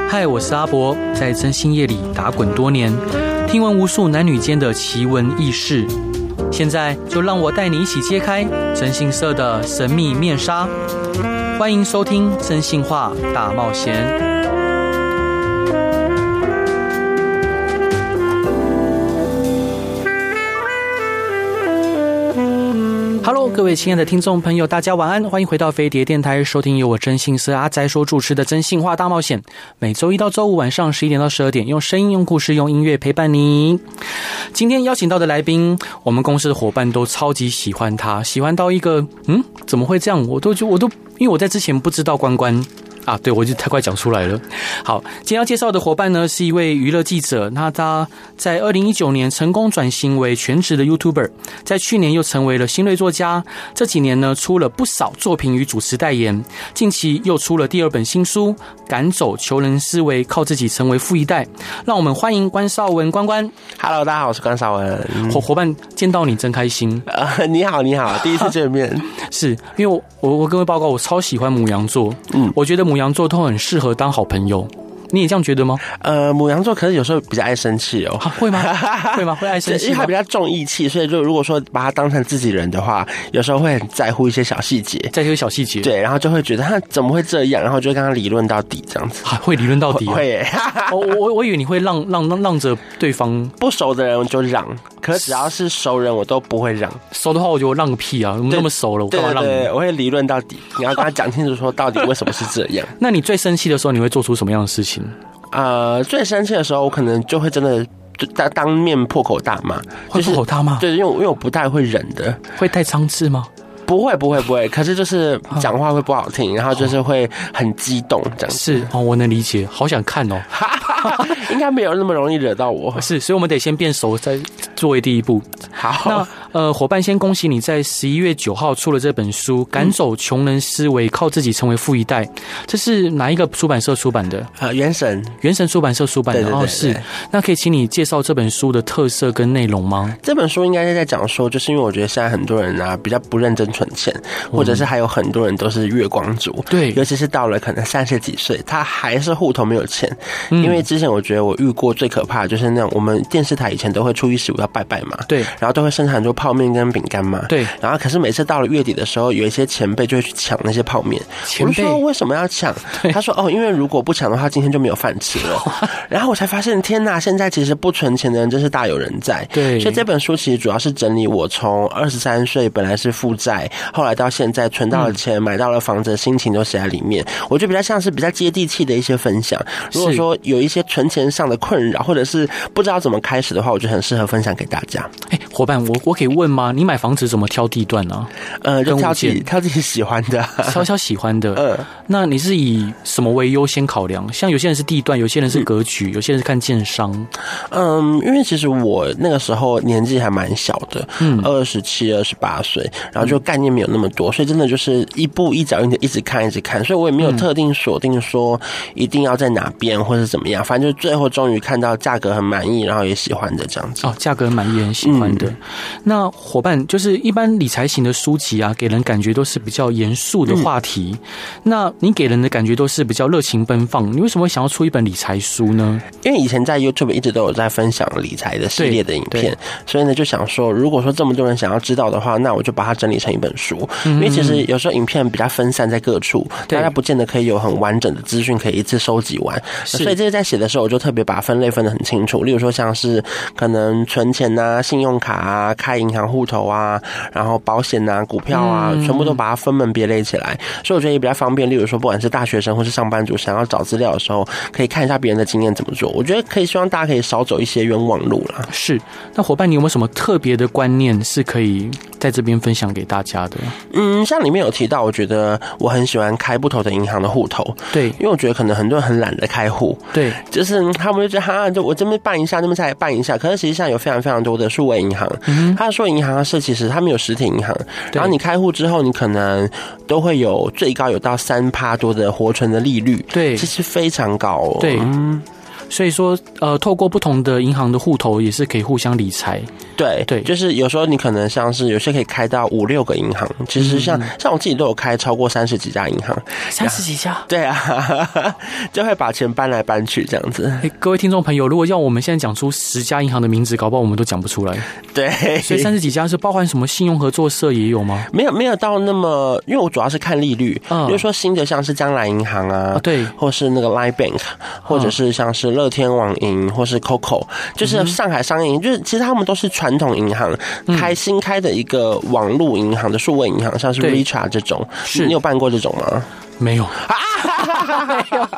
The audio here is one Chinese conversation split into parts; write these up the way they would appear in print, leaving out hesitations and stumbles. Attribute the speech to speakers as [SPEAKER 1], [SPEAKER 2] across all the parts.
[SPEAKER 1] 嗨，我是阿伯，在征信业里打滚多年，听闻无数男女间的奇闻异事。现在就让我带你一起揭开征信社的神秘面纱。欢迎收听《征信话大冒险》。Hello， 各位亲爱的听众朋友，大家晚安，欢迎回到飞碟电台，收听由我征信社阿宅所主持的《征信话大冒险》。每周一到周五晚上11点到12点，用声音、用故事、用音乐陪伴你。今天邀请到的来宾，我们公司的伙伴都超级喜欢他，喜欢到一个怎么会这样？我都因为我在之前不知道关啊，对，我就太快讲出来了。好，今天要介绍的伙伴呢，是一位娱乐记者。那他在2019年成功转型为全职的 YouTuber， 在去年又成为了新锐作家。这几年呢，出了不少作品与主持代言。近期又出了第2本新书《赶走穷人思维，靠自己成为富一代》。让我们欢迎关韶文关关。
[SPEAKER 2] Hello， 大家好，我是关韶文。
[SPEAKER 1] 伙伴见到你真开心。
[SPEAKER 2] 你好，第一次见面。
[SPEAKER 1] 是因为我跟各位报告，我超喜欢牡羊座。我觉得牡羊座都很适合当好朋友。你也这样觉得吗？
[SPEAKER 2] 牡羊座可是有时候比较爱生气哦。
[SPEAKER 1] 会吗？会吗？会爱生气吗？
[SPEAKER 2] 因为他比较重义气，所以就如果说把他当成自己人的话，有时候会很在乎一些小细节，
[SPEAKER 1] 在乎小细节。对，
[SPEAKER 2] 然后就会觉得他怎么会这样，然后就会跟他理论到底这样子。
[SPEAKER 1] 会理论到底？
[SPEAKER 2] 会耶。
[SPEAKER 1] 我以为你会让着对方。
[SPEAKER 2] 不熟的人就让，可是只要是熟人我都不会让。
[SPEAKER 1] 熟的话我就让个屁啊！我们那么熟了，我干嘛让你？
[SPEAKER 2] 对，我会理论到底，你要跟他讲清楚说到底为什么是这样。
[SPEAKER 1] 那你最生气的时候，你会做出什么样的事情？
[SPEAKER 2] 最生气的时候，我可能就会真的当面破口大骂。
[SPEAKER 1] 会破口大骂？
[SPEAKER 2] 对，因为我不太会忍的。
[SPEAKER 1] 会太仓促吗？
[SPEAKER 2] 不会，可是就是讲话会不好听，然后就是会很激动这样子。
[SPEAKER 1] 是哦，我能理解，好想看哦。
[SPEAKER 2] 应该没有那么容易惹到我。
[SPEAKER 1] 是，所以我们得先变熟，再作为第一步。
[SPEAKER 2] 好，
[SPEAKER 1] 那伙伴，先恭喜你在11月9号出了这本书《赶走穷人思维，靠自己成为富一代》。这是哪一个出版社出版的？
[SPEAKER 2] 原神
[SPEAKER 1] 出版社出版的。
[SPEAKER 2] 对，
[SPEAKER 1] 是。那可以请你介绍这本书的特色跟内容吗？
[SPEAKER 2] 这本书应该是在讲说，就是因为我觉得现在很多人比较不认真存钱，或者是还有很多人都是月光族。
[SPEAKER 1] 对，
[SPEAKER 2] 尤其是到了可能30几岁，他还是户头没有钱。因为之前我觉得我遇过最可怕的就是那种我们电视台以前都会初一15要拜拜嘛。对。然后都会生产很多泡面跟饼干嘛。对。然后可是每次到了月底的时候，有一些前辈就会去抢那些泡面。我就说为什么要抢？他说因为如果不抢的话，今天就没有饭吃了。然后我才发现，天哪！现在其实不存钱的人真是大有人在。对。所以这本书其实主要是整理我从23岁本来是负债，后来到现在存到了钱，买到了房子的心情都写在里面。我觉得比较像是比较接地气的一些分享。如果说有一些存钱上的困扰，或者是不知道怎么开始的话，我觉得很适合分享给大家。
[SPEAKER 1] 伙伴，我可以问吗？你买房子怎么挑地段呢？
[SPEAKER 2] 就挑自己喜欢的，
[SPEAKER 1] 挑喜欢的。那你是以什么为优先考量？像有些人是地段，有些人是格局，有些人是看建商。
[SPEAKER 2] 因为其实我那个时候年纪还蛮小的，27、28岁，然后就概念没有那么多，所以真的就是一步一脚印的一直看，所以我也没有特定锁定说一定要在哪边或是怎么样，反正就最后终于看到价格很满意，然后也喜欢的这样子。价格很满意也很喜欢的。那伙伴，就是一般理财型的书籍啊，给人感觉都是比较严肃的话题。那你给人的感觉都是比较热情奔放，你为什么会想要出一本理财书呢？因为以前在 YouTube 一直都有在分享理财的系列的影片，所以呢就想说，如果说这么多人想要知道的话，那我就把它整理成一本书。因为其实有时候影片比较分散在各处，大家不见得可以有很完整的资讯可以一次收集完。所以这些在写的时候，我就特别把分类分得很清楚。例如说像是可能存钱啊、信用卡啊、开银行户头啊，然后保险啊、股票啊，全部都把它分门别类起来。所以我觉得也比较方便。例如说，不管是大学生或是上班族，想要找资料的时候，可以看一下别人的经验怎么做。我觉得可以，希望大家可以少走一些冤枉路啦。是。那伙伴，你有没有什么特别的观念是可以在这边分享给大家的？像里面有提到，我觉得我很喜欢开不同的银行的户头。对，因为我觉得可能很多人很懒得开户。对，就是他们就觉得就我这边办一下，那边再办一下。可是实际上有非常非常多的数位银行，它的数位银行是其实它没有实体银行，然后你开户之后，你可能都会有最高有到3%多的活存的利率。对，其实非常高哦。对。
[SPEAKER 1] 所以说透过不同的银行的户头也是可以互相理财。
[SPEAKER 2] 对，就是有时候你可能像是有些可以开到5-6个银行，其实像我自己都有开超过30几家银行
[SPEAKER 1] ，30几家，
[SPEAKER 2] 对啊，就会把钱搬来搬去这样子。
[SPEAKER 1] 各位听众朋友，如果要我们现在讲出10家银行的名字，搞不好我们都讲不出来。
[SPEAKER 2] 对，
[SPEAKER 1] 所以30几家是包含什么信用合作社也有吗？
[SPEAKER 2] 没有到那么，因为我主要是看利率，比如说新的像是将来银行啊，
[SPEAKER 1] 对，
[SPEAKER 2] 或是那个 Line Bank， 或者是像是乐天网银，或是 Coco， 就是上海商业银，就是其实他们都是传统银行新开的一个网络银行的数位银行，像是 Richard 这种，你有办过这种吗？
[SPEAKER 1] 没有。没有，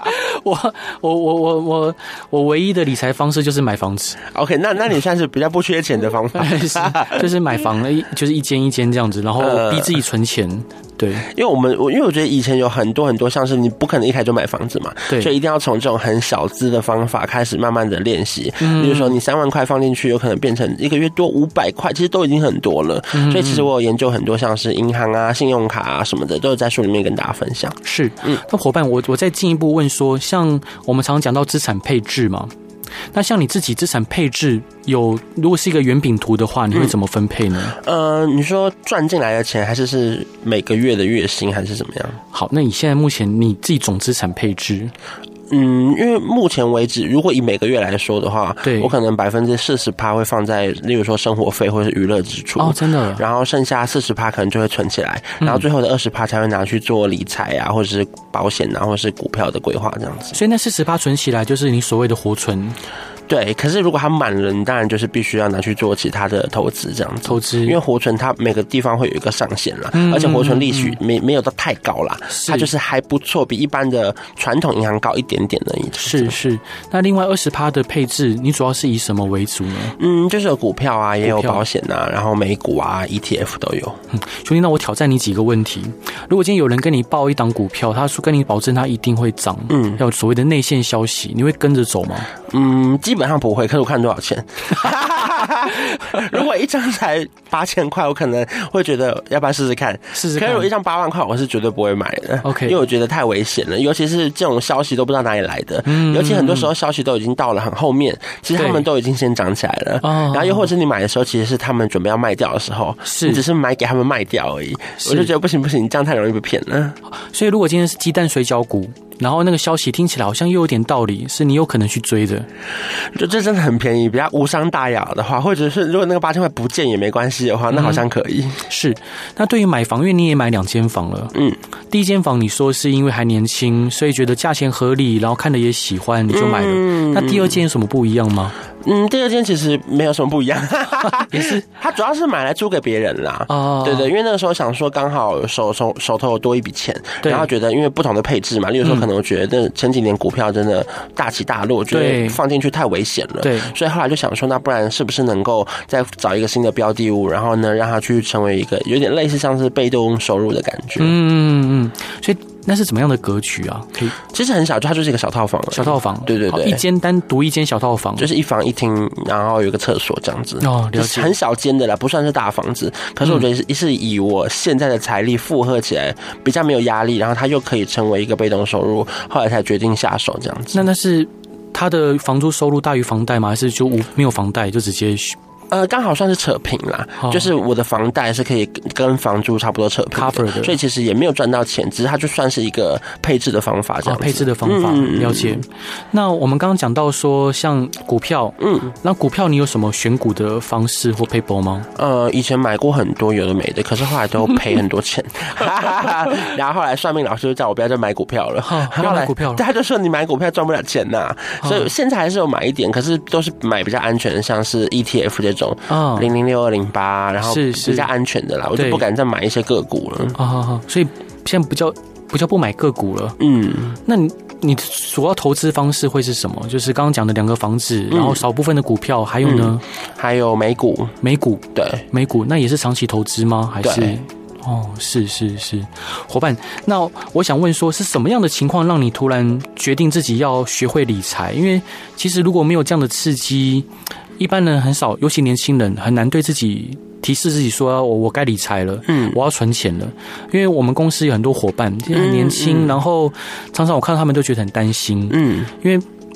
[SPEAKER 1] 我唯一的理财方式就是买房子。
[SPEAKER 2] OK， 那你算是比较不缺钱的方法，
[SPEAKER 1] 就是买房，就是一间一间这样子，然后逼自己存钱。对，
[SPEAKER 2] 因为我觉得以前有很多像是你不可能一开始就买房子嘛，对，所以一定要从这种很小资的方法开始慢慢的练习。比如说你3万块放进去，有可能变成1个月多500块，其实都已经很多了。所以其实我有研究很多像是银行啊、信用卡啊什么的，都有在书里面跟大家分享。
[SPEAKER 1] 是，那伙伴，我再进一步问说，像我们常讲到资产配置嘛。那像你自己资产配置如果是一个圆饼图的话，你会怎么分配呢？
[SPEAKER 2] 你说赚进来的钱，还是每个月的月薪，还是怎么样？
[SPEAKER 1] 好，那你现在目前你自己总资产配置？
[SPEAKER 2] 因为目前为止，如果以每个月来说的话，
[SPEAKER 1] 对，
[SPEAKER 2] 我可能40%会放在，例如说生活费或是娱乐支出。
[SPEAKER 1] 哦，真的。
[SPEAKER 2] 然后剩下40%可能就会存起来，然后最后的20%才会拿去做理财啊，或者是保险啊，或者是股票的规划这样子。
[SPEAKER 1] 所以那40%存起来就是你所谓的活存。
[SPEAKER 2] 对，可是如果它满了，你当然就是必须要拿去做其他的投资这样子。
[SPEAKER 1] 投资，
[SPEAKER 2] 因为活存它每个地方会有一个上限啦，而且活存利息没有到太高啦，它就是还不错，比一般的传统银行高一点点而已。
[SPEAKER 1] 是。那另外20%的配置，你主要是以什么为主呢？
[SPEAKER 2] 就是有股票啊，也有保险啊，然后美股啊 ETF 都有。
[SPEAKER 1] 兄弟，那我挑战你几个问题。如果今天有人跟你报一档股票，他说跟你保证他一定会涨，要有所谓的内线消息，你会跟着走吗？
[SPEAKER 2] 基本上不会，可是我看多少钱。如果一张才8000块，我可能会觉得要不要试试看。可是如果一张8万块，我是绝对不会买的。
[SPEAKER 1] OK，
[SPEAKER 2] 因为我觉得太危险了，尤其是这种消息都不知道哪里来的。尤其很多时候消息都已经到了很后面，其实他们都已经先涨起来了。然后又或者是你买的时候，其实是他们准备要卖掉的时候，你只是买给他们卖掉而已。我就觉得不行，这样太容易被骗了。
[SPEAKER 1] 所以如果今天是鸡蛋水饺股，然后那个消息听起来好像又有点道理，是你有可能去追的。
[SPEAKER 2] 就这真的很便宜，比较无伤大雅的话，或者是如果那个8000块不见也没关系的话，那好像可以。
[SPEAKER 1] 是。那对于买房，因为你也买2间房了，第一间房你说是因为还年轻，所以觉得价钱合理，然后看了也喜欢，你就买了。那第二间有什么不一样吗？
[SPEAKER 2] 第二间其实没有什么不一样，
[SPEAKER 1] 也是，
[SPEAKER 2] 他主要是买来租给别人啦。对，因为那个时候想说刚好手头有多一笔钱，然后觉得因为不同的配置嘛，例如说可能我觉得前几年股票真的大起大落，觉得放进去太危险了，对，所以后来就想说，那不然是不是能够再找一个新的标的物，然后呢让它去成为一个有点类似像是被动收入的感觉。
[SPEAKER 1] 所以那是怎么样的格局啊？
[SPEAKER 2] 其实很小，它就是一个小套房。
[SPEAKER 1] 小套房，
[SPEAKER 2] 对，
[SPEAKER 1] 一间单独一间小套房，
[SPEAKER 2] 就是1房1厅，然后有一个厕所这样子。
[SPEAKER 1] 哦，了解，
[SPEAKER 2] 很小间的啦，不算是大房子。可是我觉得是以我现在的财力负荷起来比较没有压力，然后它又可以成为一个被动收入，后来才决定下手这样子。
[SPEAKER 1] 那是他的房租收入大于房贷吗？还是就没有房贷就直接？
[SPEAKER 2] 刚好算是扯平啦，就是我的房贷是可以跟房租差不多扯平的，所以其实也没有赚到钱，只是它就算是一个配置的方法这样子。
[SPEAKER 1] 配置的方法，了解。那我们刚刚讲到说，像股票，那股票你有什么选股的方式或配博吗？
[SPEAKER 2] 以前买过很多有的没的，可是后来都赔很多钱。然后后来算命老师就叫我不要再买股票了，
[SPEAKER 1] 不要买股票了。
[SPEAKER 2] 他就说你买股票赚不了钱呐，所以现在还是有买一点，可是都是买比较安全的，像是 ETF 这种。006208，然后比较安全的啦，我就不敢再买一些个股了。
[SPEAKER 1] 所以现在比较不买个股了。那你主要投资方式会是什么？就是刚刚讲的2个房子，然后少部分的股票，还有呢？
[SPEAKER 2] 还有美股。对，
[SPEAKER 1] 美股那也是长期投资吗？还是？是，伙伴。那我想问说，是什么样的情况让你突然决定自己要学会理财？因为其实如果没有这样的刺激，一般人很少，尤其年轻人很难对自己提示自己说我该理财了，我要存钱了。因为我们公司有很多伙伴很年轻，然后常常我看到他们都觉得很担心，因为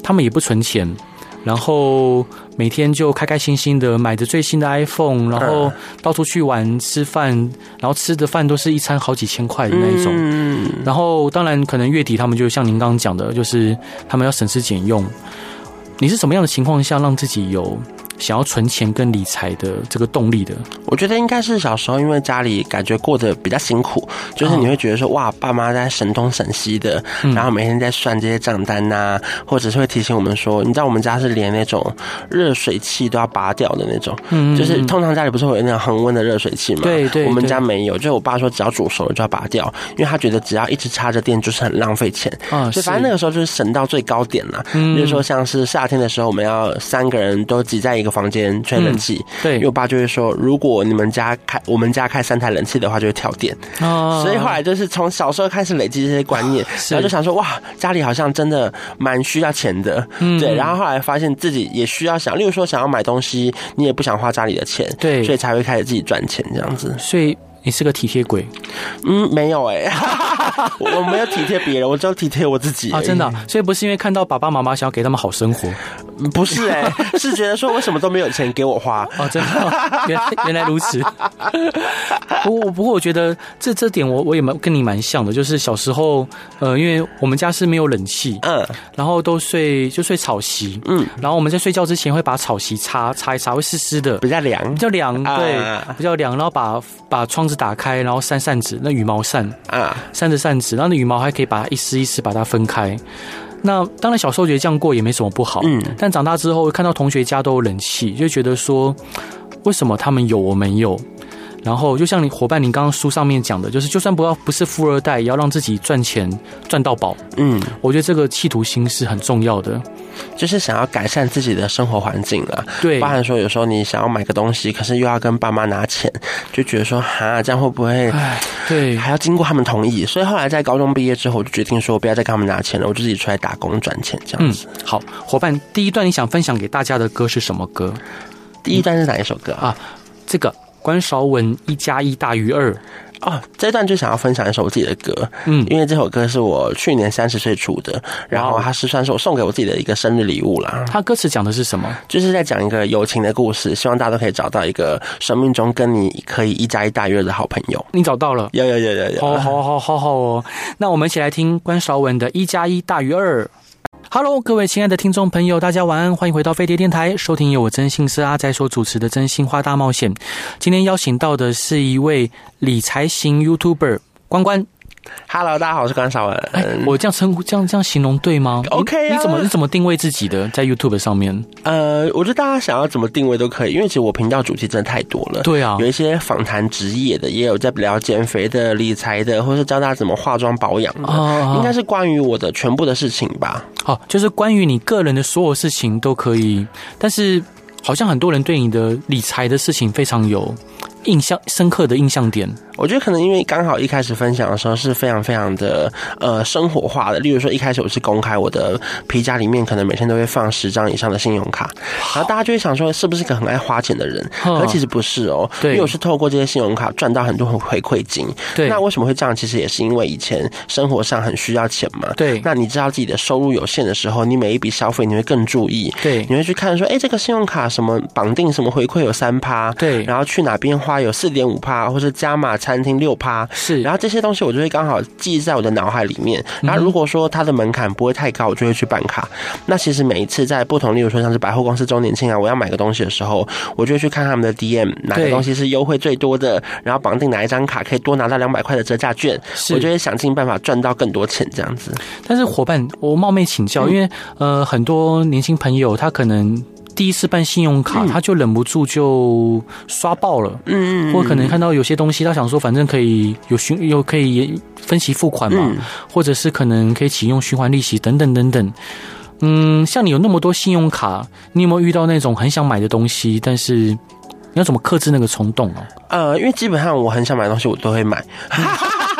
[SPEAKER 1] 他们也不存钱，然后每天就开开心心的买着最新的 iPhone， 然后到处去玩吃饭，然后吃的饭都是一餐好几千块的那一种。然后当然可能月底他们就像您刚刚讲的，就是他们要省吃俭用。你是什么样的情况下让自己有想要存钱跟理财的这个动力的？
[SPEAKER 2] 我觉得应该是小时候因为家里感觉过得比较辛苦，就是你会觉得说哇，爸妈在省东省西的，然后每天在算这些账单啊，或者是会提醒我们说，你知道我们家是连那种热水器都要拔掉的那种，就是通常家里不是会有那种恒温的热水器吗？
[SPEAKER 1] 对对，
[SPEAKER 2] 我们家没有，就是我爸说只要煮熟了就要拔掉，因为他觉得只要一直插着电就是很浪费钱，所以反正那个时候就是省到最高点啦。比如说像是夏天的时候，我们要3个人都挤在一个房间吹冷气，
[SPEAKER 1] 对，
[SPEAKER 2] 因为我爸就会说，如果我们家开3台冷气的话，就会跳电。所以后来就是从小时候开始累积这些观念，然后就想说，哇，家里好像真的蛮需要钱的，对。然后后来发现自己也需要想，例如说想要买东西，你也不想花家里的钱，对，所以才会开始自己赚钱这样子。
[SPEAKER 1] 所以你是个体贴鬼？
[SPEAKER 2] 没有我没有体贴别人，我只有体贴我自己啊！
[SPEAKER 1] 真的所以不是因为看到爸爸妈妈想要给他们好生活，
[SPEAKER 2] 不是是觉得说为什么都没有钱给我花
[SPEAKER 1] 真的原来如此。不过我觉得这点我也跟你蛮像的，就是小时候因为我们家是没有冷气，然后都睡草席，然后我们在睡觉之前会把草席擦一擦，会湿湿的，
[SPEAKER 2] 比较凉，
[SPEAKER 1] 对，比较凉，然后把窗子打开，然后扇扇子，那羽毛扇扇着扇子，然后那羽毛还可以把它一丝一丝把它分开。那当然小时候觉得这样过也没什么不好，但长大之后看到同学家都有冷气，就觉得说为什么他们有我没有？然后就像你伙伴你刚刚书上面讲的，就是就算不是富二代，也要让自己赚钱赚到饱。我觉得这个企图心是很重要的，
[SPEAKER 2] 就是想要改善自己的生活环境啦。
[SPEAKER 1] 对，
[SPEAKER 2] 包含说有时候你想要买个东西，可是又要跟爸妈拿钱，就觉得说这样会不会
[SPEAKER 1] 对
[SPEAKER 2] 还要经过他们同意？所以后来在高中毕业之后，我就决定说不要再跟他们拿钱了，我就自己出来打工赚钱这样子。
[SPEAKER 1] 好，伙伴，第一段你想分享给大家的歌是什么歌？
[SPEAKER 2] 第一段是哪一首歌
[SPEAKER 1] 这个关韶文1+1大于2。
[SPEAKER 2] 这一段就想要分享一首我自己的歌，因为这首歌是我去年30岁出的，然后它是算是我送给我自己的一个生日礼物啦。
[SPEAKER 1] 它歌词讲的是什么？就是
[SPEAKER 2] 在讲一个友情的故事，希望大家都可以找到一个生命中跟你可以1+1大于2的好朋友。
[SPEAKER 1] 你找到了？
[SPEAKER 2] 有，
[SPEAKER 1] 好哦。那我们一起来听关韶文的1+1大于2。Hello， 各位亲爱的听众朋友，大家晚安，欢迎回到飞碟电台，收听由我真心是阿仔所主持的真心话大冒险。今天邀请到的是一位理财型 YouTuber 关关。
[SPEAKER 2] Hello， 大家好，我是关韶文。
[SPEAKER 1] 我这样称呼，这样形容对吗
[SPEAKER 2] ？OK 啊。
[SPEAKER 1] 你怎么定位自己的在 YouTube 上面？
[SPEAKER 2] 我觉得大家想要怎么定位都可以，因为其实我频道主题真的太多了。
[SPEAKER 1] 对啊，
[SPEAKER 2] 有一些访谈职业的，也有在聊减肥的、理财的，或是教大家怎么化妆保养的，应该是关于我的全部的事情吧。
[SPEAKER 1] 就是关于你个人的所有事情都可以，但是好像很多人对你的理财的事情非常有深刻的印象点。
[SPEAKER 2] 我觉得可能因为刚好一开始分享的时候是非常非常的生活化的，例如说一开始我是公开我的皮夹里面可能每天都会放10张以上的信用卡，然后大家就会想说是不是个很爱花钱的人，可其实不是因为我是透过这些信用卡赚到很多回馈金。对，那为什么会这样？其实也是因为以前生活上很需要钱嘛。对，那你知道自己的收入有限的时候，你每一笔消费你会更注意。对，你会去看说这个信用卡什么绑定什么回馈有3%，对，然后去哪边花有4.5%，或是加码餐厅6%，是，然后这些东西我就会刚好记在我的脑海里面。然后如果说它的门槛不会太高，我就会去办卡。那其实每一次在不同，例如说像是百货公司周年庆我要买个东西的时候，我就会去看他们的 DM 哪个东西是优惠最多的，然后绑定哪一张卡可以多拿到200块的折价券，我就会想尽办法赚到更多钱这样子。但是
[SPEAKER 1] 伙伴，我冒昧请教，因为很多年轻朋友他可能第一次办信用卡，他就忍不住就刷爆了，或可能看到有些东西，他想说反正可以有可以分期付款嘛，或者是可能可以启用循环利息等等等等。像你有那么多信用卡，你有没有遇到那种很想买的东西，但是你要怎么克制那个冲动
[SPEAKER 2] 因为基本上我很想买的东西我都会买。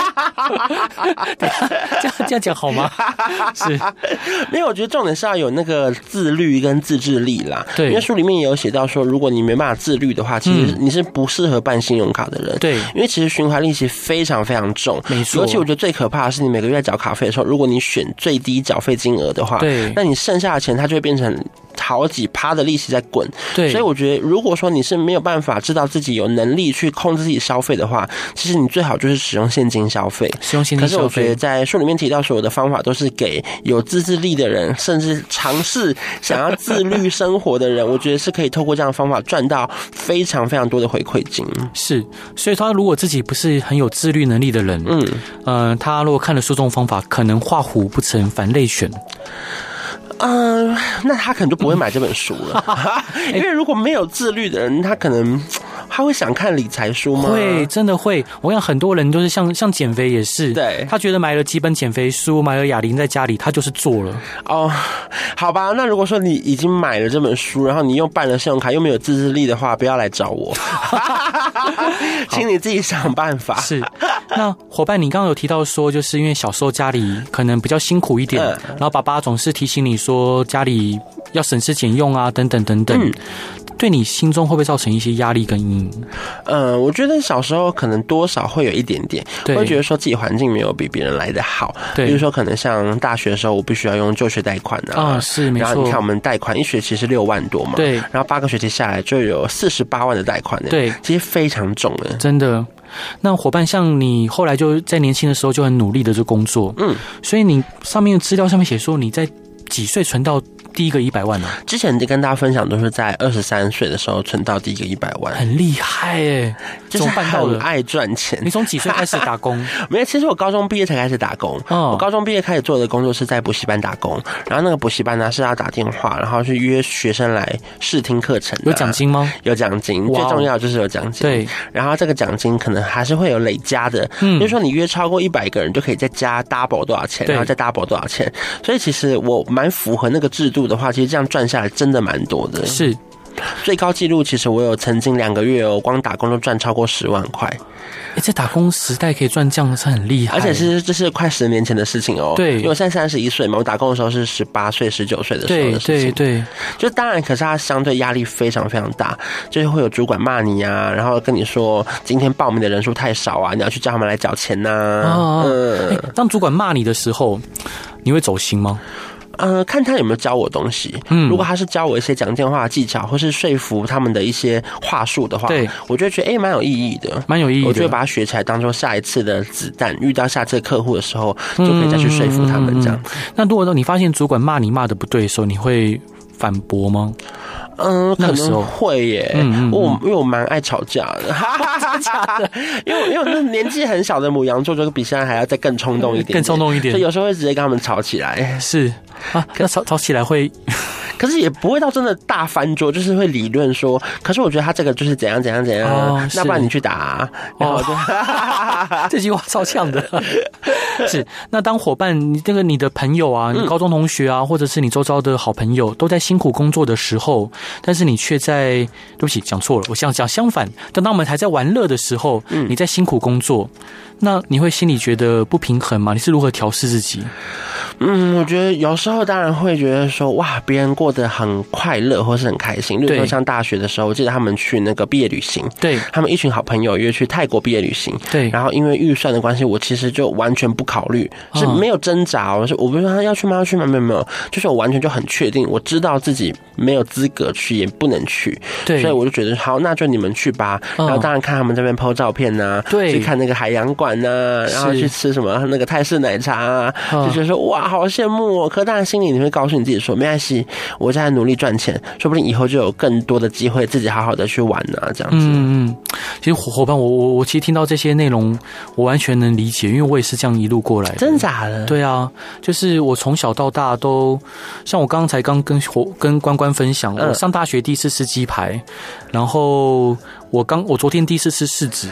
[SPEAKER 1] 这样讲好吗？是，
[SPEAKER 2] 没有，我觉得重点是要有那个自律跟自制力啦。
[SPEAKER 1] 对，
[SPEAKER 2] 因为书里面也有写到说，如果你没办法自律的话，其实你是不适合办信用卡的人。
[SPEAKER 1] 对，
[SPEAKER 2] 因为其实循环利息非常非常重，
[SPEAKER 1] 没错。
[SPEAKER 2] 尤其我觉得最可怕的是，你每个月缴卡费的时候，如果你选最低缴费金额的话，
[SPEAKER 1] 对，
[SPEAKER 2] 那你剩下的钱它就会变成好几%的利息在滚。
[SPEAKER 1] 对，
[SPEAKER 2] 所以我觉得，如果说你是没有办法知道自己有能力去控制自己消费的话，其实你最好就是使用现金消费。
[SPEAKER 1] 使用现金消费。
[SPEAKER 2] 可是我觉得在书里面提到所有的方法都是给有自制力的人，甚至尝试想要自律生活的人，我觉得是可以透过这样的方法赚到非常非常多的回馈金。
[SPEAKER 1] 是，所以他如果自己不是很有自律能力的人，他如果看了书中方法，可能画虎不成反类犬。
[SPEAKER 2] 那他可能就不会买这本书了，因为如果没有自律的人，他可能他会想看理财书吗？
[SPEAKER 1] 会，真的会。我想很多人都是像减肥也是，
[SPEAKER 2] 对，
[SPEAKER 1] 他觉得买了几本减肥书，买了哑铃在家里，他就是做了。
[SPEAKER 2] 哦，好吧，那如果说你已经买了这本书，然后你又办了信用卡，又没有自制力的话，不要来找我，请你自己想办法。
[SPEAKER 1] 是，那伙伴，你刚刚有提到说，就是因为小时候家里可能比较辛苦一点，然后爸爸总是提醒你说家里要省吃俭用啊，等等等等。对你心中会不会造成一些压力跟阴影？
[SPEAKER 2] 我觉得小时候可能多少会有一点点，会觉得说自己环境没有比别人来得好。比如说可能像大学的时候，我必须要用就学贷款啊，
[SPEAKER 1] 是没错。
[SPEAKER 3] 然
[SPEAKER 2] 后你看我们贷款一学期是6万多嘛，
[SPEAKER 1] 对，
[SPEAKER 2] 然后8个学期下来就有48万的贷款，
[SPEAKER 1] 对，
[SPEAKER 2] 其实非常重的，
[SPEAKER 1] 真的。那伙伴，像你后来就在年轻的时候就很努力的去工作，所以你上面资料上面写说你在几岁存到第一个100万呢？
[SPEAKER 2] 之前就跟大家分享，都是在23岁的时候存到第一个100万，
[SPEAKER 1] 很厉害耶！
[SPEAKER 2] 就是很爱赚钱。
[SPEAKER 1] 你从几岁开始打工？
[SPEAKER 2] 没有，其实我高中毕业才开始打工。我高中毕业开始做的工作是在补习班打工，然后那个补习班呢是要打电话，然后去约学生来试听课程。
[SPEAKER 1] 有奖金吗？
[SPEAKER 2] 有奖金，最重要就是有奖金。
[SPEAKER 1] 对，
[SPEAKER 2] 然后这个奖金可能还是会有累加的，就是说你约超过100个人就可以再加 double 多少钱，然后再 double 多少钱。所以其实我蛮符合那个制度的话，其实这样赚下来真的蛮多的。
[SPEAKER 1] 是，
[SPEAKER 2] 最高纪录其实我有曾经2个月光打工就赚超过10万块。
[SPEAKER 1] 在打工时代可以赚这样是很厉害，
[SPEAKER 2] 而且这是快10年前的事情哦。
[SPEAKER 1] 对，
[SPEAKER 2] 因为我现在31岁嘛，我打工的时候是18岁、19岁的时候的事情。
[SPEAKER 1] 对，
[SPEAKER 2] 就当然，可是它相对压力非常非常大，就是会有主管骂你啊，然后跟你说今天报名的人数太少啊，你要去叫他们来缴钱呐。
[SPEAKER 1] 当主管骂你的时候，你会走心吗？
[SPEAKER 2] 看他有没有教我东西。如果他是教我一些讲电话的技巧，或是说服他们的一些话术的话，对，我就觉得蛮有意义的，蛮有意义的。我就会把它学起来，当做下一次的子弹，遇到下次的客户的时候，就可以再去说服他们这样。
[SPEAKER 1] 那如果你发现主管骂你骂的不对的时候，你会反驳吗？
[SPEAKER 2] 可能会耶。因为我蛮爱吵架的，因为我那年纪很小的牡羊座，就比现在还要再更冲动一点，所以有时候会直接跟他们吵起来。
[SPEAKER 1] 是啊，那吵起来会。
[SPEAKER 2] 可是也不会到真的大翻桌，就是会理论说，可是我觉得他这个就是怎样怎样怎样，那不然你去打，然后就
[SPEAKER 1] 这句话超呛的。是，那当伙伴，你的朋友啊，你高中同学啊，或者是你周遭的好朋友都在辛苦工作的时候，但是你却在，对不起，讲错了，我想讲相反，当我们还在玩乐的时候，你在辛苦工作，那你会心里觉得不平衡吗？你是如何调试自己？
[SPEAKER 2] 我觉得有时候当然会觉得说，哇，别人过得很快乐或是很开心。例如说像大学的时候，我记得他们去那个毕业旅行，对，他们一群好朋友约去泰国毕业旅行，对，然后因为预算的关系，我其实就完全不考虑，是没有挣扎，我不是说要去吗？要去吗？没有，就是我完全就很确定，我知道自己没有资格去，也不能去，对，所以我就觉得好，那就你们去吧。然后当然看他们这边 po 照片啊，对，去看那个海洋馆啊，然后去吃什么那个泰式奶茶啊，就觉得说哇，好羡慕哦。可当然心里你会告诉你自己说，没关系，我在努力赚钱，说不定以后就有更多的机会自己好好的去玩啊，这样子。
[SPEAKER 1] 其实伙伴，我其实听到这些内容，我完全能理解，因为我也是这样一路过来的。
[SPEAKER 2] 真假的？
[SPEAKER 1] 对啊，就是我从小到大都，像我刚跟关关分享，我上大学第一次吃鸡排，然后我昨天第一次吃柿子。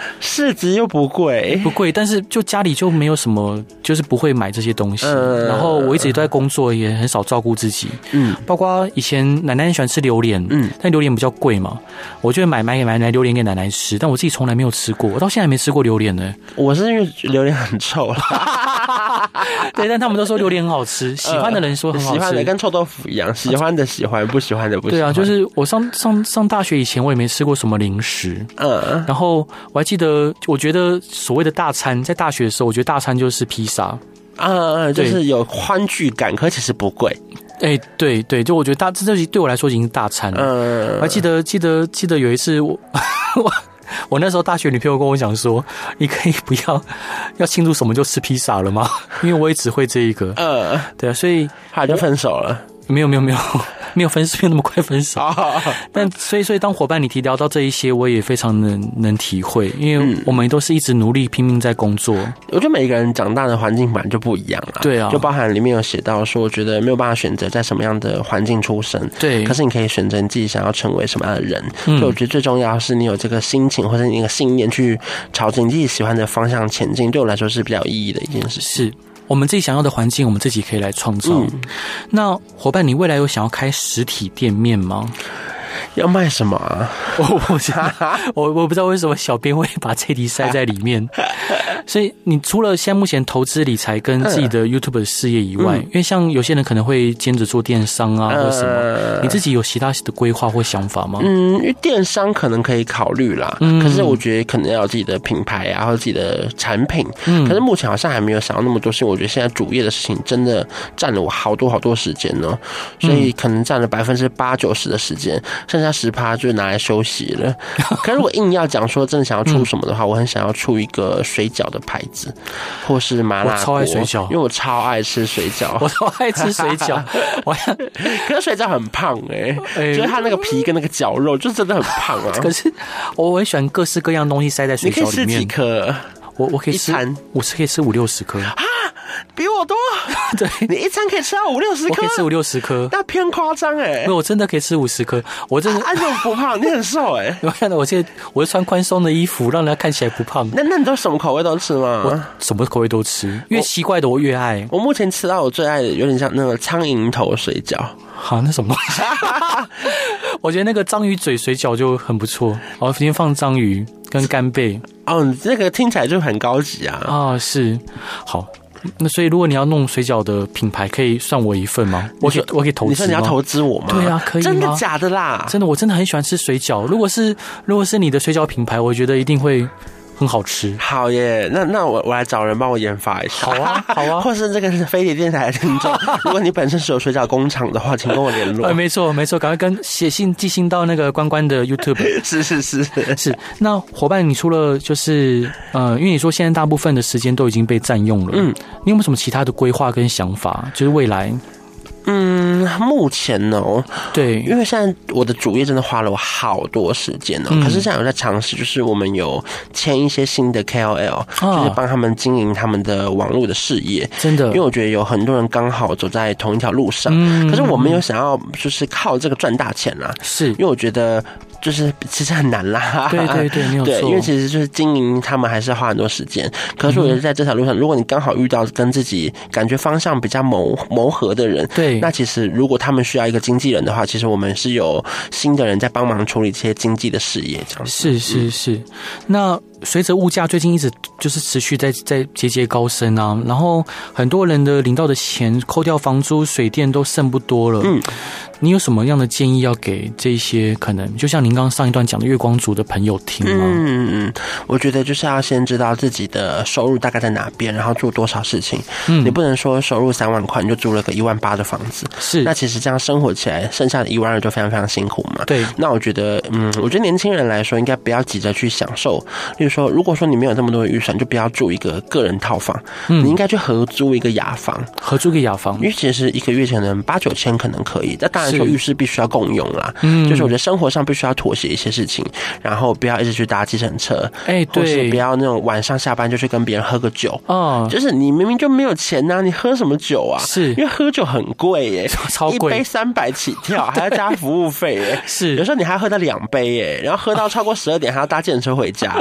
[SPEAKER 2] 市值又不贵，
[SPEAKER 1] 不贵，但是就家里就没有什么，就是不会买这些东西。然后我一直都在工作，也很少照顾自己。包括以前奶奶很喜欢吃榴莲，但榴莲比较贵嘛，我就会买榴莲给奶奶吃，但我自己从来没有吃过，我到现在还没吃过榴莲呢。
[SPEAKER 2] 我是因为榴莲很臭啦。
[SPEAKER 1] 对，但他们都说榴莲很好吃，喜欢的人说很好吃，
[SPEAKER 2] 喜欢的跟臭豆腐一样，喜欢的喜欢，不喜欢的不喜欢。
[SPEAKER 1] 对啊，就是我上大学以前，我也没吃过什么零食。然后我还记得，我觉得所谓的大餐，在大学的时候，我觉得大餐就是披萨。
[SPEAKER 2] 就是有欢聚感，可其实不贵。
[SPEAKER 1] 对，就我觉得这对我来说已经是大餐了。我还记得有一次我那时候大学女朋友跟我讲说，你可以不要庆祝什么就吃披萨了吗？因为我也只会这一个。对啊，所以
[SPEAKER 2] 后来就分手了。
[SPEAKER 1] 没有分手，没有那么快分手。但所以当伙伴你提到这一些，我也非常能体会，因为我们都是一直努力拼命在工作。
[SPEAKER 2] 我觉得每个人长大的环境本来就不一样啦。
[SPEAKER 1] 对啊，
[SPEAKER 2] 就包含里面有写到说，我觉得没有办法选择在什么样的环境出生。
[SPEAKER 1] 对，
[SPEAKER 2] 可是你可以选择你自己想要成为什么样的人。所以我觉得最重要的是你有这个心情或者你一个信念去朝着你自己喜欢的方向前进，对我来说是比较有意义的一件事。
[SPEAKER 1] 是。我们自己想要的环境，我们自己可以来创造。那伙伴，你未来有想要开实体店面吗？
[SPEAKER 2] 要卖什么啊？
[SPEAKER 1] 我不知道为什么小编会把这题塞在里面。所以你除了现在目前投资理财跟自己的 YouTube 的事业以外，因为像有些人可能会兼着做电商啊或什么，你自己有其他的规划或想法吗？
[SPEAKER 2] 因为电商可能可以考虑啦，可是我觉得可能要有自己的品牌啊，或者自己的产品。可是目前好像还没有想到那么多事情。我觉得现在主业的事情真的占了我好多时间呢，所以可能占了80%-90%的时间，剩下10%就拿来休息了。可是如果硬要讲说真的想要出什么的话，我很想要出一个水饺的牌子，或是麻辣锅。我
[SPEAKER 1] 超爱水饺，
[SPEAKER 2] 因为我超爱吃水饺。
[SPEAKER 1] 我超爱吃水饺。
[SPEAKER 2] 可是水饺很胖就是它那个皮跟那个绞肉就真的很胖啊。
[SPEAKER 1] 可是我很喜欢各式各样东西塞在水饺里面。
[SPEAKER 2] 你可以吃几颗？
[SPEAKER 1] 我可以吃，我是可以吃50-60颗
[SPEAKER 2] 啊，比我多。
[SPEAKER 1] 对，
[SPEAKER 2] 你一餐可以吃到50-60颗，
[SPEAKER 1] 我可以吃50-60颗，
[SPEAKER 2] 那偏夸张没
[SPEAKER 1] 有，我真的可以吃50颗，我真的。
[SPEAKER 2] 你怎么不胖？你很瘦
[SPEAKER 1] 我看到我是穿宽松的衣服，让人家看起来不胖。
[SPEAKER 2] 那你都什么口味都吃吗？
[SPEAKER 1] 我什么口味都吃，越奇怪的我越爱。
[SPEAKER 2] 我目前吃到我最爱的有点像那个苍蝇头水饺。
[SPEAKER 1] 好，那什么东西？我觉得那个章鱼嘴水饺就很不错。我今天放章鱼跟干贝。
[SPEAKER 2] 那个听起来就很高级啊。
[SPEAKER 1] 是。好，那所以如果你要弄水饺的品牌，可以算我一份吗？我可以投资吗？
[SPEAKER 2] 你说你要投资我吗？
[SPEAKER 1] 对啊，可以吗？
[SPEAKER 2] 真的假的啦？
[SPEAKER 1] 真的，我真的很喜欢吃水饺。如果是你的水饺品牌，我觉得一定会很好吃。
[SPEAKER 2] 好耶，那我来找人帮我研发一下。
[SPEAKER 1] 好啊，
[SPEAKER 2] 或是这个是飞碟电台的听众，如果你本身是有水饺工厂的话，请跟我联络。
[SPEAKER 1] 没错，赶快寄信到那个关的 YouTube。是。那伙伴，你除了就是因为你说现在大部分的时间都已经被占用了，你有没有什么其他的规划跟想法？就是未来。
[SPEAKER 2] 目前呢，
[SPEAKER 1] 对，
[SPEAKER 2] 因为现在我的主业真的花了我好多时间可是现在有在尝试，就是我们有签一些新的 KOL，就是帮他们经营他们的网络的事业。真的，因为我觉得有很多人刚好走在同一条路上，可是我没有想要就是靠这个赚大钱啦，是因为我觉得。就是其实很难啦，
[SPEAKER 1] 对，没有错。
[SPEAKER 2] 对，因为其实就是经营，他们还是要花很多时间。可是我觉得在这条路上，如果你刚好遇到跟自己感觉方向比较谋合的人，对，那其实如果他们需要一个经纪人的话，其实我们是有新的人在帮忙处理这些经纪的事业，这样子。是。那随着物价最近一直就是持续在节节高升啊，然后很多人的领到的钱扣掉房租、水电都剩不多了。你有什么样的建议要给这些可能就像您刚刚上一段讲的月光族的朋友听吗？我觉得就是要先知道自己的收入大概在哪边，然后做多少事情。你不能说收入3万块你就租了个18000的房子，是那其实这样生活起来，剩下的12000就非常非常辛苦嘛。对，那我觉得年轻人来说，应该不要急着去享受。例如说，如果说你没有这么多的预算，就不要住一个个人套房，你应该去合租一个雅房，因为其实一个月可能8-9千可能可以。那当然。说浴室必须要共用啦，就是我觉得生活上必须要妥协一些事情，然后不要一直去搭计程车，对，或是不要那种晚上下班就去跟别人喝个酒，就是你明明就没有钱啊，你喝什么酒啊？是因为喝酒很贵耶，超贵，一杯300起跳，还要加服务费耶，是有时候你还喝到2杯耶，然后喝到超过12点还要搭计程车回家耶，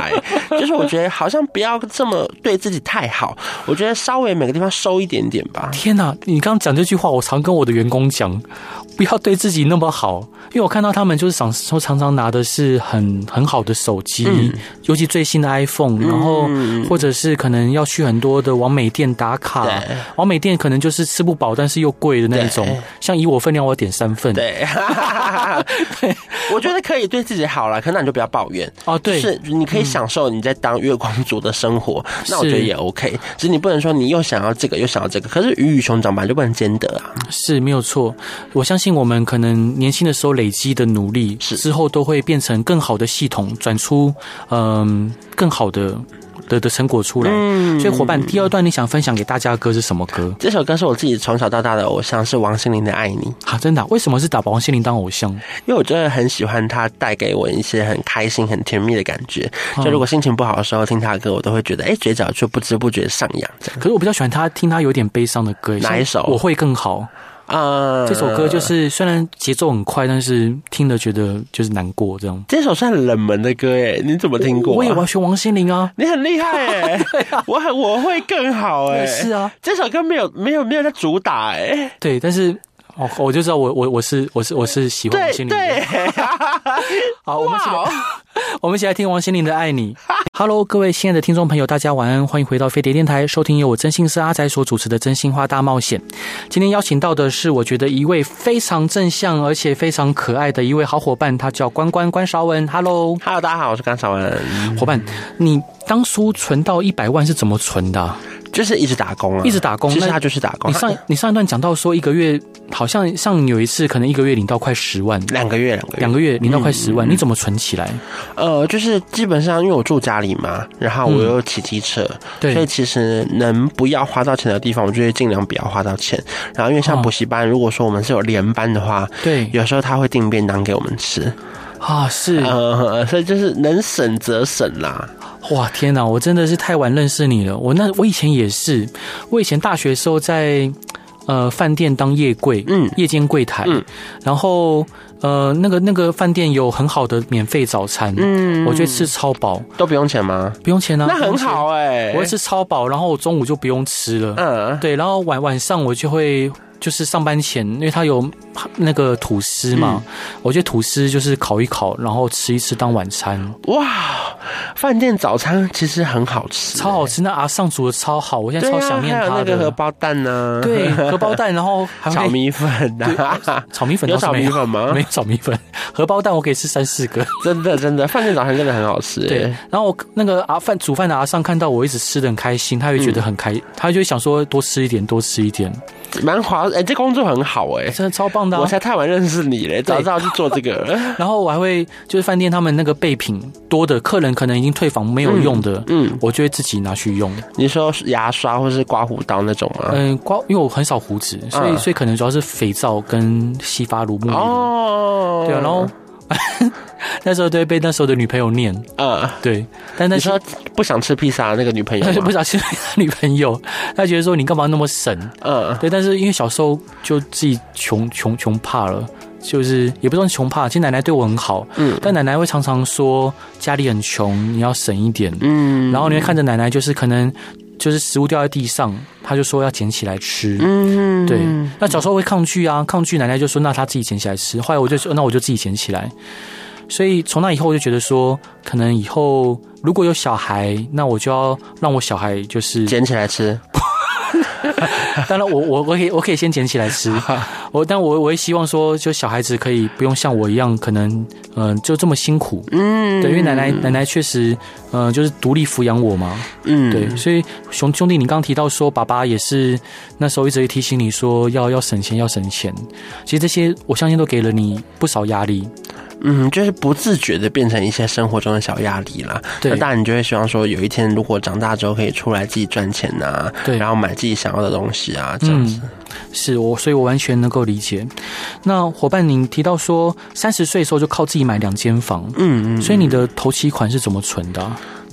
[SPEAKER 2] 就是我觉得好像不要这么对自己太好，我觉得稍微每个地方收一点点吧。
[SPEAKER 1] 天哪，你刚刚讲这句话，我常跟我的员工讲，不要对自己那么好，因为我看到他们就是常常拿的是很好的手机，尤其最新的 iPhone， 然后或者是可能要去很多的网美店打卡，网美店可能就是吃不饱但是又贵的那一种，像以我分量我点3份。
[SPEAKER 2] 对，我觉得可以对自己好啦，可那你就不要抱怨
[SPEAKER 1] 哦。对，
[SPEAKER 2] 就是你可以享受你在当月光族的生活，那我觉得也 OK。只是你不能说你又想要这个又想要这个，可是鱼与熊掌本来就不能兼得啊。是
[SPEAKER 1] 没有错，我相信我们可能年轻的时候累积的努力，之后都会变成更好的系统，转出更好的成果出来。所以伙伴，第二段你想分享给大家的歌是什么歌？
[SPEAKER 2] 这首歌是我自己从小到大的偶像，是王心凌的《爱你》
[SPEAKER 1] 啊，真的啊？为什么是打王心凌当偶像？
[SPEAKER 2] 因为我真的很喜欢她带给我一些很开心很甜蜜的感觉，就如果心情不好的时候听她的歌，我都会觉得嘴角就不知不觉上扬。
[SPEAKER 1] 可是我比较喜欢听她有点悲伤的歌。
[SPEAKER 2] 哪一首？
[SPEAKER 1] 我会更好。这首歌就是虽然节奏很快，但是听了觉得就是难过这样。
[SPEAKER 2] 这首是很冷门的歌耶，你怎么听过？
[SPEAKER 1] 我也要学王心凌啊，
[SPEAKER 2] 你很厉害耶！啊、我会更好哎，
[SPEAKER 1] 是啊，
[SPEAKER 2] 这首歌没有在主打哎，
[SPEAKER 1] 对，但是。我就知道我是喜欢王心凌的。
[SPEAKER 2] 对，
[SPEAKER 1] 好，我们一起来听王心凌的《爱你》。Hello， 各位亲爱的听众朋友，大家晚安，欢迎回到飞碟电台，收听由我真心是阿宅所主持的真心话大冒险。今天邀请到的是我觉得一位非常正向而且非常可爱的一位好伙伴，他叫关韶文。Hello，
[SPEAKER 2] 大家好，我是关韶文。
[SPEAKER 1] 伙伴，你当初存到100万是怎么存的啊？
[SPEAKER 2] 就是一直打工啊，
[SPEAKER 1] 一直打工。
[SPEAKER 2] 其实他就是打工。
[SPEAKER 1] 你上一段讲到说一个月，好像有一次可能一个月领到快10万
[SPEAKER 2] ，2个月
[SPEAKER 1] 领到快10万，你怎么存起来？
[SPEAKER 2] 就是基本上因为我住家里嘛，然后我又骑机车，所以其实能不要花到钱的地方，我就会尽量不要花到钱。然后因为像补习班，如果说我们是有连班的话，对，有时候他会订便当给我们吃。
[SPEAKER 1] 啊，是，
[SPEAKER 2] 所以就是能省则省啦。
[SPEAKER 1] 哇，天哪！我真的是太晚认识你了。我以前也是，我以前大学的时候在饭店当夜柜，夜间柜台，然后那个饭店有很好的免费早餐，我觉得吃超饱。
[SPEAKER 2] 都不用钱吗？
[SPEAKER 1] 不用钱啊，
[SPEAKER 2] 那很好哎。
[SPEAKER 1] 我会吃超饱，然后我中午就不用吃了，对，然后晚上我就会。就是上班前，因为它有那个吐司嘛，我觉得吐司就是烤一烤，然后吃一吃当晚餐。哇，
[SPEAKER 2] 饭店早餐其实很好吃，
[SPEAKER 1] 超好吃。那阿尚煮的超好，我现在超想念他的。
[SPEAKER 2] 还有那个荷包蛋呢？
[SPEAKER 1] 对，荷包蛋，然后还
[SPEAKER 2] 炒米粉啊，
[SPEAKER 1] 炒米粉
[SPEAKER 2] 有炒米粉吗？
[SPEAKER 1] 没有炒米粉，荷包蛋我可以吃3-4个。
[SPEAKER 2] 真的，饭店早餐真的很好吃。
[SPEAKER 1] 对，然后我那个煮饭的阿尚看到我一直吃的很开心，他会觉得很他就会想说多吃一点。
[SPEAKER 2] 蛮划这工作很好
[SPEAKER 1] 真的超棒的。
[SPEAKER 2] 我才太晚认识你嘞，早知道去做这个。
[SPEAKER 1] 然后我还会就是饭店他们那个备品多的客人可能已经退房没有用的，我就会自己拿去用。你
[SPEAKER 2] 说牙刷或是刮胡刀那种吗？
[SPEAKER 1] 因为我很少胡子，所以可能主要是肥皂跟洗发乳、沐浴乳。对啊，然后。那时候对被那时候的女朋友念，对，但那
[SPEAKER 2] 你说不想吃披萨那个女朋友，
[SPEAKER 1] 不想吃披萨女朋友，她觉得说你干嘛那么省，对，但是因为小时候就自己穷怕了，就是也不算穷怕，其实奶奶对我很好，但奶奶会常常说家里很穷，你要省一点，然后你会看着奶奶就是可能。就是食物掉在地上，他就说要捡起来吃。对。那小时候会抗拒，奶奶就说那他自己捡起来吃。后来我就说那我就自己捡起来。所以从那以后我就觉得说，可能以后如果有小孩，那我就要让我小孩就是
[SPEAKER 2] 捡起来吃。
[SPEAKER 1] 当然我可以先捡起来吃，但我会希望说，就小孩子可以不用像我一样，可能就这么辛苦。对，因为奶奶确实就是独立抚养我嘛。对，所以兄弟，你刚刚提到说，爸爸也是那时候一直会提醒你说要省钱。其实这些我相信都给了你不少压力。
[SPEAKER 2] 就是不自觉的变成一些生活中的小压力啦。对，那当然你就会希望说，有一天如果长大之后可以出来自己赚钱啊，对，然后买自己想要的东西啊，这样子。
[SPEAKER 1] 所以我完全能够理解。那伙伴，您提到说30岁的时候就靠自己买2间房，所以你的头期款是怎么存的？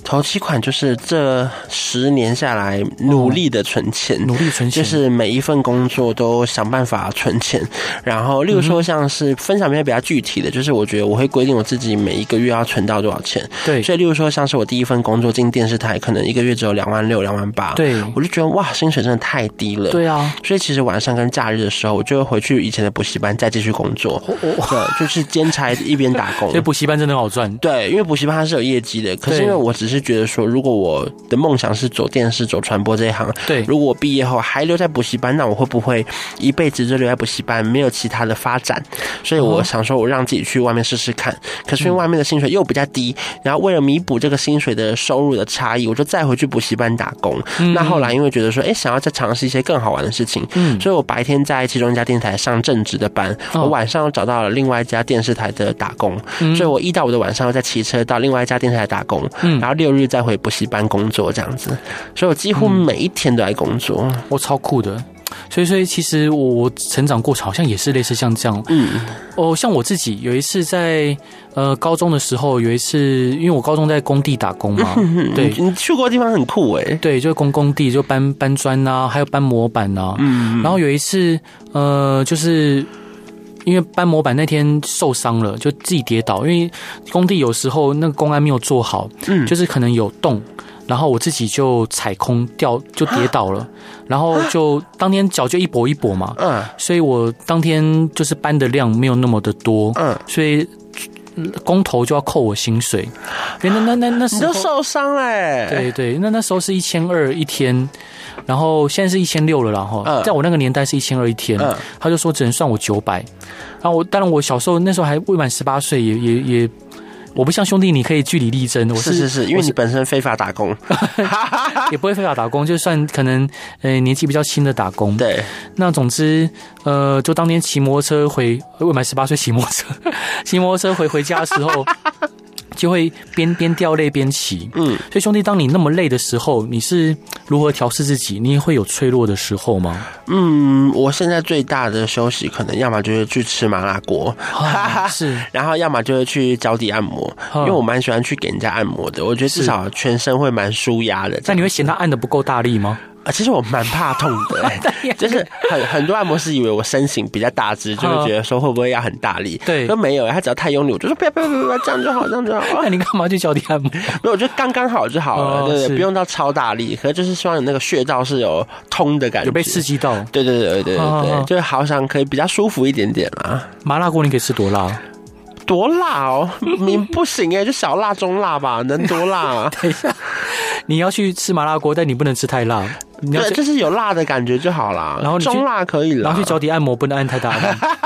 [SPEAKER 2] 头期款就是这10年下来努力的存钱，
[SPEAKER 1] 努力存钱，
[SPEAKER 2] 就是每一份工作都想办法存钱。然后，例如说像是分享比较具体的，就是我觉得我会规定我自己每一个月要存到多少钱。
[SPEAKER 1] 对，
[SPEAKER 2] 所以例如说像是我第一份工作进电视台，可能一个月只有26000、28000，
[SPEAKER 1] 对，
[SPEAKER 2] 我就觉得哇，薪水真的太低了。
[SPEAKER 1] 对啊，
[SPEAKER 2] 所以其实晚上跟假日的时候，我就会回去以前的补习班再继续工作。对，就是兼差一边打工。
[SPEAKER 1] 所以补习班真的很好赚。
[SPEAKER 2] 对，因为补习班它是有业绩的，可是因为我只是觉得说，如果我的梦想是走电视、走传播这一行，
[SPEAKER 1] 对，
[SPEAKER 2] 如果我毕业后还留在补习班，那我会不会一辈子就留在补习班，没有其他的发展？所以我想说，我让自己去外面试试看。可是因为外面的薪水又比较低，然后为了弥补这个薪水的收入的差异，我就再回去补习班打工。那后来因为觉得说，想要再尝试一些更好玩的事情，所以我白天在其中一家电视台上正职的班，我晚上又找到了另外一家电视台的打工，所以我1到5的晚上又再骑车到另外一家电视台打工，然后6日再回补习班工作这样子，所以我几乎每一天都在工作。
[SPEAKER 1] 我超酷的。所以其实我成长过程好像也是类似像这样。像我自己有一次在高中的时候，有一次因为我高中在工地打工嘛，对，
[SPEAKER 2] 你去过的地方很酷欸。
[SPEAKER 1] 对，就工地就搬砖啊，还有搬模板啊。然后有一次就是因为搬模板那天受伤了，就自己跌倒，因为工地有时候那个工案没有做好，就是可能有洞。然后我自己就踩空掉，就跌倒了，然后就当天脚就一跛一跛嘛，所以我当天就是搬的量没有那么的多，所以工头就要扣我薪水，因为那时候
[SPEAKER 2] 你都受伤欸。
[SPEAKER 1] 对对，那时候是1200一天，然后现在是1600了啦哈，在我那个年代是1200一天，他就说只能算我900，然后当然我小时候那时候还未满18岁，也。我不像兄弟，你可以据理力争。
[SPEAKER 2] 是，因为你本身非法打工，
[SPEAKER 1] 也不会非法打工，就算可能年纪比较轻的打工。
[SPEAKER 2] 对，
[SPEAKER 1] 那总之就当天骑摩托车未满18岁骑摩托车回家的时候。就会边掉泪边骑，所以兄弟，当你那么累的时候，你是如何调试自己？你也会有脆弱的时候吗？
[SPEAKER 2] 我现在最大的休息，可能要么就是去吃麻辣锅，
[SPEAKER 1] 是，
[SPEAKER 2] 然后要么就是去脚底按摩，因为我蛮喜欢去给人家按摩的，我觉得至少全身会蛮舒压的。
[SPEAKER 1] 但你会嫌他按得不够大力吗？
[SPEAKER 2] 其实我蛮怕痛的，就是很多按摩师以为我身形比较大只，就会觉得说会不会要很大力？
[SPEAKER 1] 对，
[SPEAKER 2] 都没有，他只要太用力，我就说不要，这样就好，这样就好。
[SPEAKER 1] 那你干嘛去脚底按摩？
[SPEAKER 2] 没有，我觉得刚刚好就好了，对，不用到超大力，可是就是希望有那个穴道是有通的感觉，
[SPEAKER 1] 有被刺激到。
[SPEAKER 2] 对，就是好想可以比较舒服一点点啦。
[SPEAKER 1] 麻辣锅你可以吃多辣？
[SPEAKER 2] 多辣哦！你不行就小辣中辣吧，能多辣啊？
[SPEAKER 1] 等一下，你要去吃麻辣锅，但你不能吃太辣。
[SPEAKER 2] 对，就是有辣的感觉就好啦。
[SPEAKER 1] 然后
[SPEAKER 2] 中辣可以了。
[SPEAKER 1] 然后去脚底按摩，不能按太大力。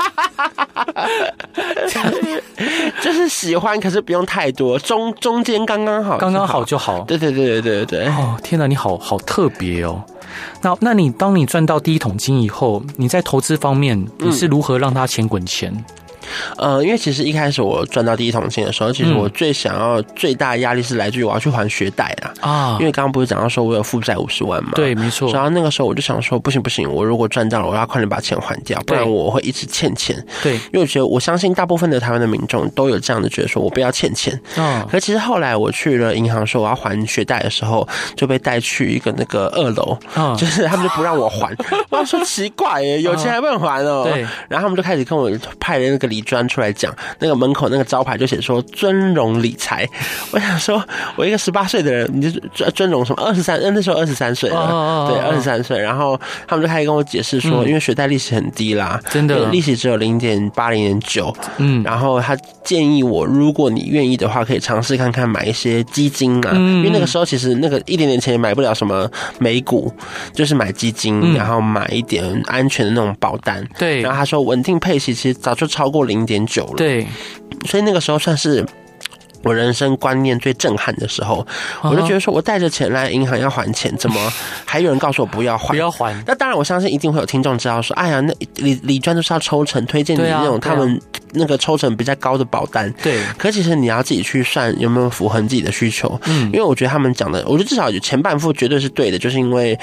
[SPEAKER 2] 就是喜欢，可是不用太多，中间刚刚好，
[SPEAKER 1] 刚刚好就好。
[SPEAKER 2] 对。
[SPEAKER 1] 哦，天哪，你好特别哦。那你当你赚到第一桶金以后，你在投资方面你是如何让它钱滚钱？
[SPEAKER 2] 因为其实一开始我赚到第一桶金的时候，其实我最大的压力是来自于我要去还学贷啊。因为刚刚不是讲到说我有负债50万嘛？
[SPEAKER 1] 对，没错。
[SPEAKER 2] 然后那个时候我就想说，不行，我如果赚到了，我要快点把钱还掉，不然我会一直欠钱。
[SPEAKER 1] 对，
[SPEAKER 2] 因为我相信大部分的台湾的民众都有这样的觉得说，我不要欠钱。可其实后来我去了银行说我要还学贷的时候，就被带去一个那个2楼，就是他们就不让我还。我说奇怪耶，有钱还不能还哦。
[SPEAKER 1] 对，
[SPEAKER 2] 然后他们就开始跟我派了那个理专出来讲，那个门口那个招牌就写说尊荣理财。我想说，我一个18岁的人，你就尊荣什么23？那时候23岁了，对，23岁。然后他们就开始跟我解释说，因为学贷利息很低啦，
[SPEAKER 1] 真的，
[SPEAKER 2] 利息只有0.8、0.9。然后他建议我，如果你愿意的话，可以尝试看看买一些基金啊，因为那个时候其实那个一点点钱也买不了什么美股，就是买基金，然后买一点安全的那种保单。
[SPEAKER 1] 对，
[SPEAKER 2] 然后他说稳定配息其实早就超过0.9了。
[SPEAKER 1] 对，
[SPEAKER 2] 所以那个时候算是我人生观念最震撼的时候，我就觉得说，我带着钱来银行要还钱，怎么还有人告诉我不要还？
[SPEAKER 1] 不要还？
[SPEAKER 2] 那当然，我相信一定会有听众知道说，哎呀，那理专都是要抽成，推荐你那种他们那个抽成比较高的保单。
[SPEAKER 1] 对。
[SPEAKER 2] 可其实你要自己去算有没有符合你自己的需求。因为我觉得他们讲的，我觉得至少有前半副绝对是对的，就是因为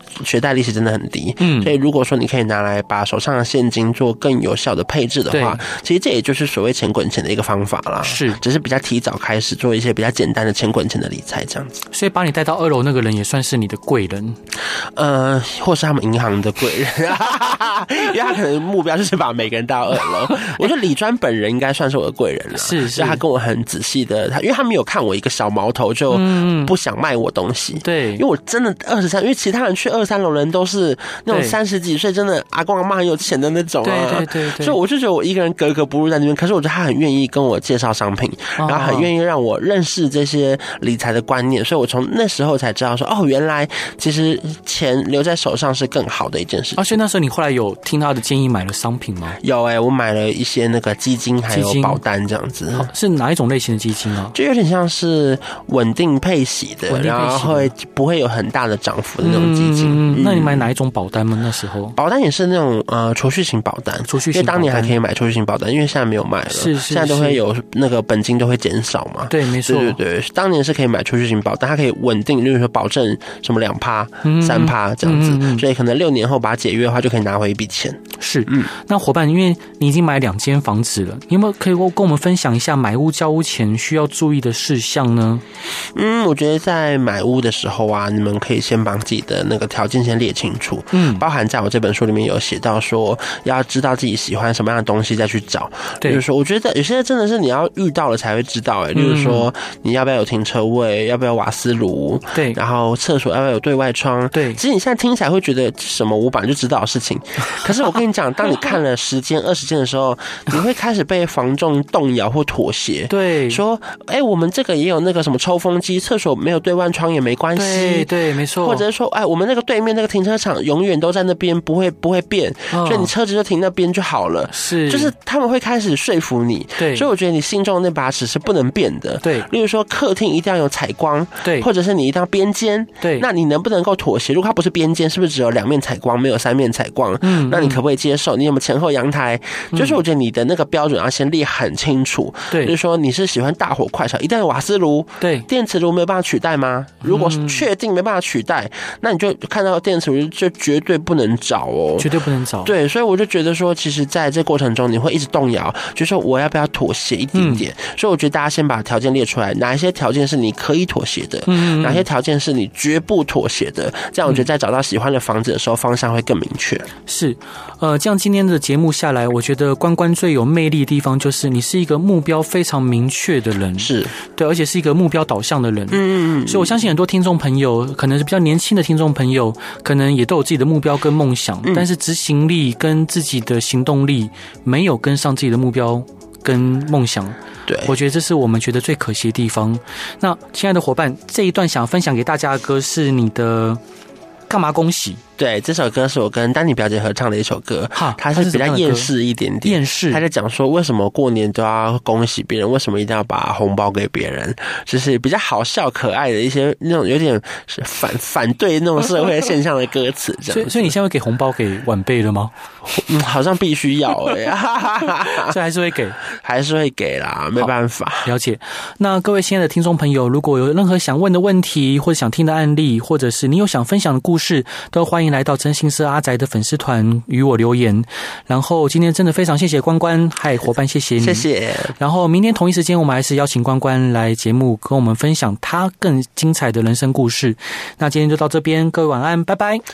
[SPEAKER 2] 学贷利息真的很低，所以如果说你可以拿来把手上的现金做更有效的配置的话，其实这也就是所谓钱滚钱的一个方法啦。是，只是比较提早开始做一些比较简单的钱滚钱的理财这样子。
[SPEAKER 1] 所以把你带到2楼那个人也算是你的贵人，
[SPEAKER 2] 或是他们银行的贵人，因为他可能目标就是把每个人带到2楼。我觉得李专本人应该算是我的贵人了，是，他跟我很仔细的，因为他没有看我一个小毛头就不想卖我东西，对，因为我真的23，因为其他人去23楼人都是那种30几岁，真的阿公阿嬷很有钱的那种啊，对，所以我就觉得我一个人格格不入在那边。可是我觉得他很愿意跟我介绍商品，然后很愿意让我认识这些理财的观念，所以我从那时候才知道说，原来其实钱留在手上是更好的一件事情。
[SPEAKER 1] 所以那时候你后来有听他的建议买了商品吗？
[SPEAKER 2] 有我买了一些那个基金还有保单这样子。
[SPEAKER 1] 是哪一种类型的基金啊？
[SPEAKER 2] 就有点像是稳定配息的，然后不会有很大的涨幅的那种基金。
[SPEAKER 1] 那你买哪一种保单吗？那时候
[SPEAKER 2] 保单也是那种储蓄型保单，因为当年还可以买储蓄型保单，因为现在没有卖了，现在都会有那个本金都会减少嘛。
[SPEAKER 1] 对，没错，
[SPEAKER 2] 对，当年是可以买储蓄型保单，它可以稳定，例如说保证什么2%、3%这样子，所以可能6年后把它解约的话，就可以拿回一笔钱。
[SPEAKER 1] 是，那伙伴，因为你已经买2间房子了，你有没有可以跟我们分享一下买屋交屋前需要注意的事项呢？
[SPEAKER 2] 我觉得在买屋的时候啊，你们可以先把自己的那个条件先列清楚，包含在我这本书里面有写到说，要知道自己喜欢什么样的东西再去找。比如说，我觉得有些真的是你要遇到了才会知道，例如说你要不要有停车位，要不要瓦斯炉，对，然后厕所要不要有对外窗，对。其实你现在听起来会觉得什么我本来就知道的事情，可是我跟你讲，当你看了10间、20间的时候，你会开始被房仲动摇或妥协，对，说，我们这个也有那个什么抽风机，厕所没有对外窗也没关系，对，没错。或者是说，我们那个对面那个停车场永远都在那边，不会变，所以你车子就停那边就好了。是，就是他们会开始说服你，对。所以我觉得你心中的那把尺是不能变的，对。例如说，客厅一定要有采光，对，或者是你一定要边间，对。那你能不能够妥协？如果它不是边间，是不是只有2面采光，没有3面采光？那你可不可以接受？你有没有前后阳台？就是我觉得你的那个标准要先列很清楚，对。就是说你是喜欢大火快炒，一定要有瓦斯炉，对。电磁炉没有办法取代吗？如果确定没办法取代，那你就看到电磁炉就绝对不能找哦，绝对不能找。对，所以我就觉得说，其实在这过程中你会一直动摇，就是说我要不要妥协一点点。所以我觉得大家先把条件列出来，哪一些条件是你可以妥协的，哪些条件是你绝不妥协的，这样我觉得在找到喜欢的房子的时候，方向会更明确。是，这样今天的节目下来，我觉得关关最有魅力的地方就是你是一个目标非常明确的人，是对，而且是一个目标导向的人。所以我相信很多听众朋友，可能是比较年轻的听众朋友，可能也都有自己的目标跟梦想，但是执行力跟自己的行动力没有跟上自己的目标跟梦想。对，我觉得这是我们觉得最可惜的地方。那亲爱的伙伴，这一段想分享给大家的歌是你的干嘛恭喜？对，这首歌是我跟丹妮表姐合唱的一首歌，它是比较厌世一点点。厌世，他在讲说为什么过年都要恭喜别人，为什么一定要把红包给别人，就是比较好笑可爱的一些那种有点反对那种社会现象的歌词这样。所以你现在会给红包给晚辈了吗？好像必须要所以还是会给啦，没办法。了解。那各位亲爱的听众朋友，如果有任何想问的问题，或者想听的案例，或者是你有想分享的故事，都欢迎来到真心社阿宅的粉丝团与我留言。然后今天真的非常谢谢关关，嗨伙伴，谢谢你，谢谢。然后明天同一时间，我们还是邀请关关来节目跟我们分享他更精彩的人生故事。那今天就到这边，各位晚安，拜拜。